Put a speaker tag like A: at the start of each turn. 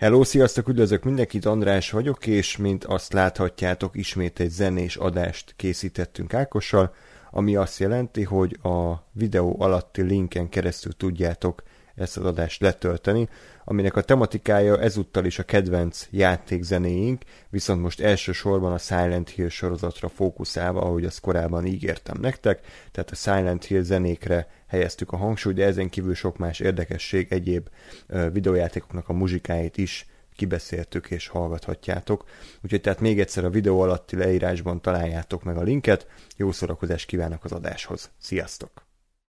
A: Hello, sziasztok, üdvözlök mindenkit, András vagyok, és mint azt láthatjátok, ismét egy zenés adást készítettünk Ákossal, ami azt jelenti, hogy a videó alatti linken keresztül tudjátok ezt az adást letölteni, aminek a tematikája ezúttal is a kedvenc játékzenéink, viszont most elsősorban a Silent Hill sorozatra fókuszálva, ahogy azt korábban ígértem nektek, tehát a Silent Hill zenékre helyeztük a hangsúlyt, de ezen kívül sok más érdekesség, egyéb videójátékoknak a muzsikáit is kibeszéltük és hallgathatjátok. Úgyhogy tehát még egyszer a videó alatti leírásban találjátok meg a linket, jó szórakozást kívánok az adáshoz. Sziasztok!